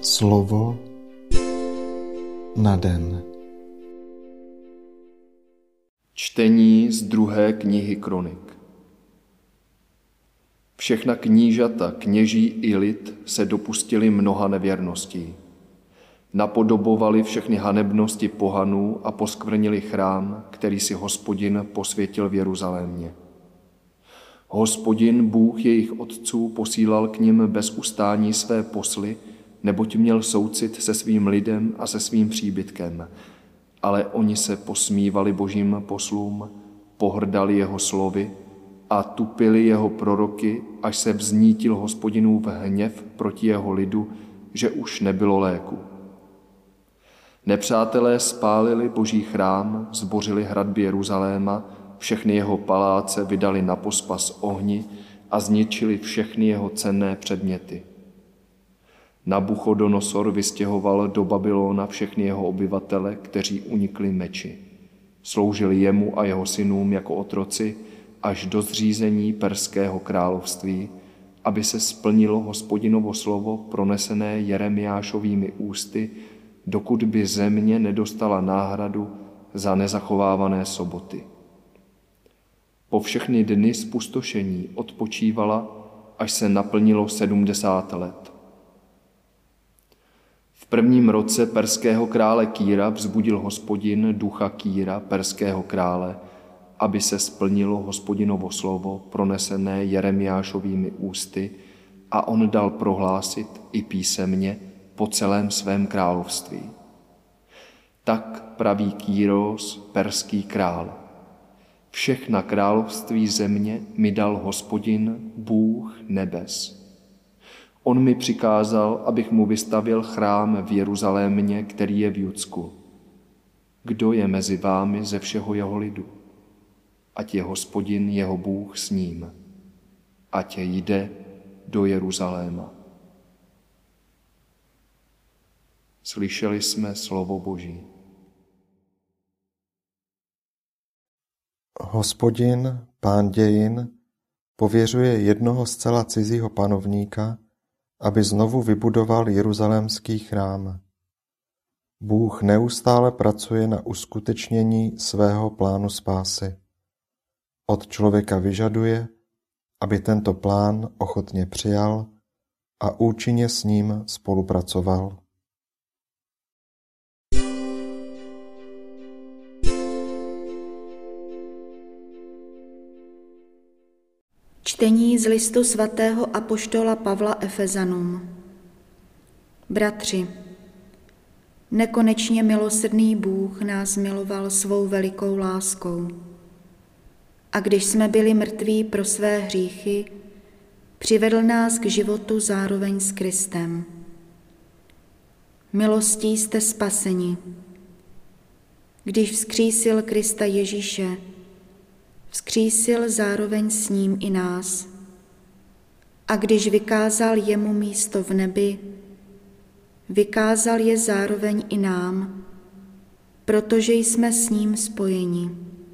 Slovo na den. Čtení z 2. knihy Kronik. Všechna knížata, kněží i lid se dopustili mnoha nevěrností. Napodobovali všechny hanebnosti pohanů a poskvrnili chrám, který si Hospodin posvětil v Jeruzalémě. Hospodin, Bůh jejich otců, posílal k nim bez ustání své posly, neboť měl soucit se svým lidem a se svým příbytkem. Ale oni se posmívali Božím poslům, pohrdali jeho slovy a tupili jeho proroky, až se vznítil Hospodinův hněv proti jeho lidu, že už nebylo léku. Nepřátelé spálili Boží chrám, zbořili hradby Jeruzaléma, všechny jeho paláce vydali na pospas ohni a zničili všechny jeho cenné předměty. Nabuchodonosor vystěhoval do Babylona všechny jeho obyvatele, kteří unikli meči. Sloužili jemu a jeho synům jako otroci až do zřízení Perského království, aby se splnilo Hospodinovo slovo pronesené Jeremiášovými ústy, dokud by země nedostala náhradu za nezachovávané soboty. Po všechny dny zpustošení odpočívala, až se naplnilo 70 let. V 1. roce perského krále Kýra vzbudil Hospodin ducha Kýra, perského krále, aby se splnilo Hospodinovo slovo pronesené Jeremiášovými ústy a on dal prohlásit i písemně po celém svém království. Tak praví Kýros, perský král. Všechna království země mi dal Hospodin, Bůh nebes. On mi přikázal, abych mu vystavěl chrám v Jeruzalémě, který je v Judsku. Kdo je mezi vámi ze všeho jeho lidu? Ať je Hospodin, jeho Bůh, s ním. Ať jde do Jeruzaléma. Slyšeli jsme slovo Boží. Hospodin, Pán dějin, pověřuje jednoho zcela cizího panovníka, aby znovu vybudoval jeruzalémský chrám. Bůh neustále pracuje na uskutečnění svého plánu spásy. Od člověka vyžaduje, aby tento plán ochotně přijal a účinně s ním spolupracoval. Čtení z listu svatého apoštola Pavla Efezanům. Bratři, nekonečně milosrdný Bůh nás miloval svou velikou láskou. A když jsme byli mrtví pro své hříchy, přivedl nás k životu zároveň s Kristem. Milostí jste spaseni. Když vzkřísil Krista Ježíše, vzkřísil zároveň s ním i nás. A když vykázal jemu místo v nebi, vykázal je zároveň i nám, protože jsme s ním spojeni.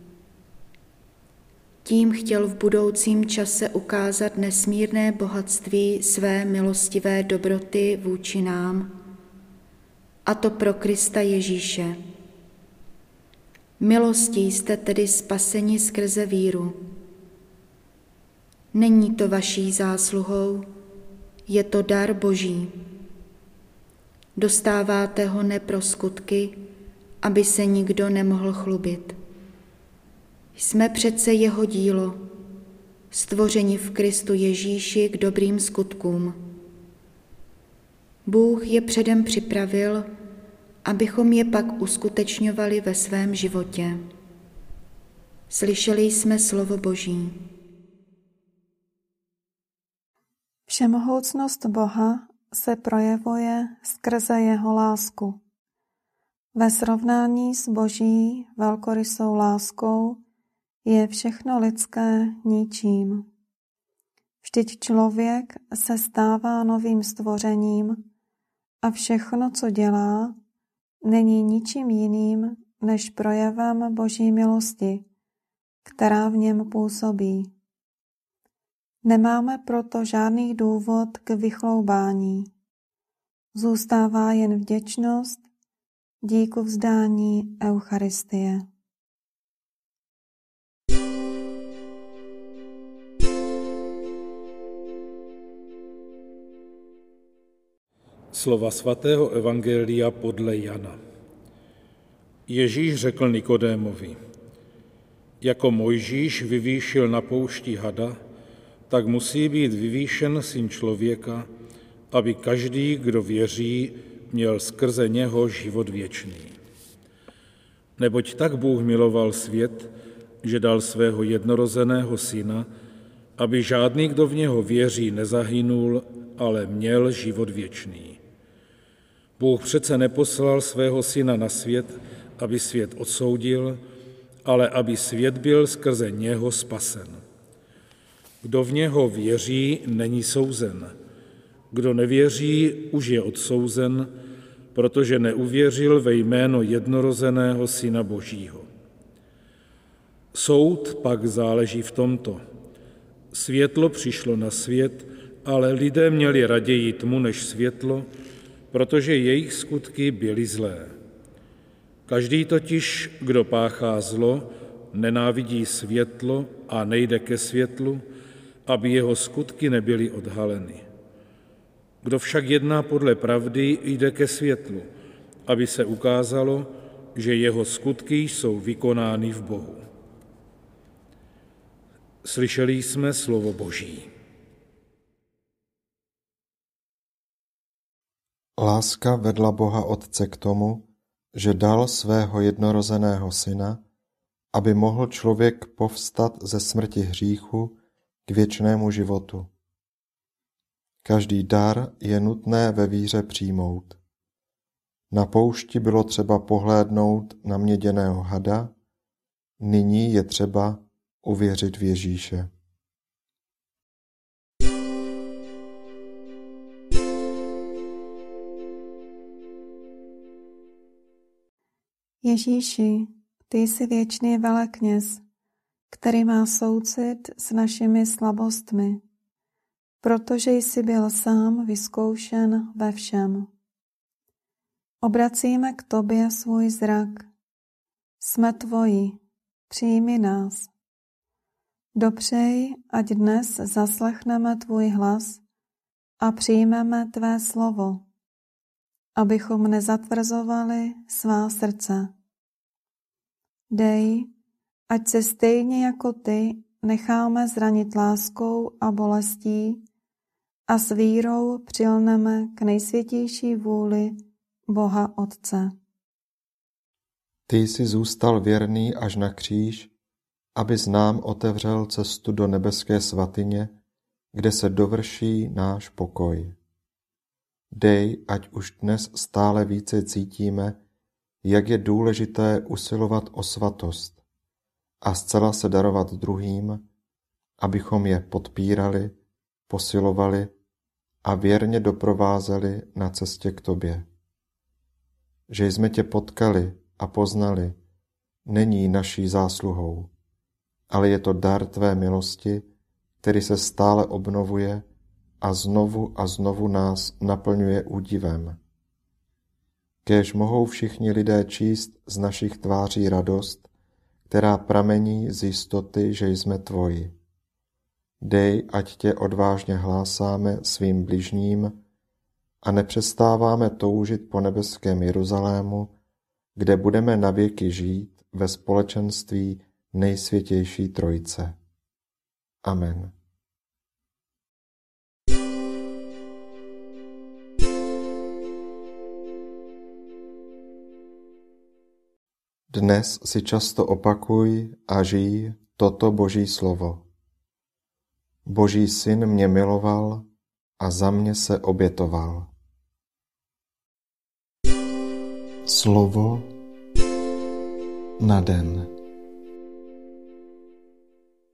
Tím chtěl v budoucím čase ukázat nesmírné bohatství své milostivé dobroty vůči nám, a to pro Krista Ježíše. Milostí jste tedy spaseni skrze víru. Není to vaší zásluhou, je to dar Boží. Dostáváte ho ne pro skutky, aby se nikdo nemohl chlubit. Jsme přece jeho dílo, stvořeni v Kristu Ježíši k dobrým skutkům. Bůh je předem připravil, abychom je pak uskutečňovali ve svém životě. Slyšeli jsme slovo Boží. Všemohoucnost Boha se projevuje skrze jeho lásku. Ve srovnání s Boží velkorysou láskou je všechno lidské ničím. Vždyť člověk se stává novým stvořením a všechno, co dělá, není ničím jiným než projevem Boží milosti, která v něm působí. Nemáme proto žádný důvod k vychloubání. Zůstává jen vděčnost, díku vzdání Eucharistie. Slova svatého evangelia podle Jana. Ježíš řekl Nikodémovi: Jako Mojžíš vyvýšil na poušti hada, tak musí být vyvýšen Syn člověka, aby každý, kdo věří, měl skrze něho život věčný. Neboť tak Bůh miloval svět, že dal svého jednorozeného syna, aby žádný, kdo v něho věří, nezahynul, ale měl život věčný. Bůh přece neposlal svého syna na svět, aby svět odsoudil, ale aby svět byl skrze něho spasen. Kdo v něho věří, není souzen. Kdo nevěří, už je odsouzen, protože neuvěřil ve jméno jednorozeného Syna Božího. Soud pak záleží v tomto. Světlo přišlo na svět, ale lidé měli raději tmu než světlo, protože jejich skutky byly zlé. Každý totiž, kdo páchá zlo, nenávidí světlo a nejde ke světlu, aby jeho skutky nebyly odhaleny. Kdo však jedná podle pravdy, jde ke světlu, aby se ukázalo, že jeho skutky jsou vykonány v Bohu. Slyšeli jsme slovo Boží. Láska vedla Boha Otce k tomu, že dal svého jednorozeného syna, aby mohl člověk povstat ze smrti hříchu k věčnému životu. Každý dar je nutné ve víře přijmout. Na poušti bylo třeba pohlédnout na měděného hada, nyní je třeba uvěřit v Ježíše. Ježíši, ty jsi věčný velekněz, který má soucit s našimi slabostmi, protože jsi byl sám vyzkoušen ve všem. Obracíme k tobě svůj zrak. Jsme tvoji, přijmi nás. Dopřej, ať dnes zaslechneme tvůj hlas a přijmeme tvé slovo, abychom nezatvrzovali svá srdce. Dej, ať se stejně jako ty necháme zranit láskou a bolestí a s vírou přilneme k nejsvětější vůli Boha Otce. Ty jsi zůstal věrný až na kříž, abys nám otevřel cestu do nebeské svatyně, kde se dovrší náš pokoj. Dej, ať už dnes stále více cítíme, jak je důležité usilovat o svatost a zcela se darovat druhým, abychom je podpírali, posilovali a věrně doprovázeli na cestě k tobě. Že jsme tě potkali a poznali, není naší zásluhou, ale je to dar tvé milosti, který se stále obnovuje a znovu nás naplňuje údivem. Kéž mohou všichni lidé číst z našich tváří radost, která pramení z jistoty, že jsme tvoji. Dej, ať tě odvážně hlásáme svým bližním a nepřestáváme toužit po nebeském Jeruzalému, kde budeme navěky žít ve společenství nejsvětější Trojice. Amen. Dnes si často opakuj a žij toto Boží slovo. Boží syn mě miloval a za mě se obětoval. Slovo na den.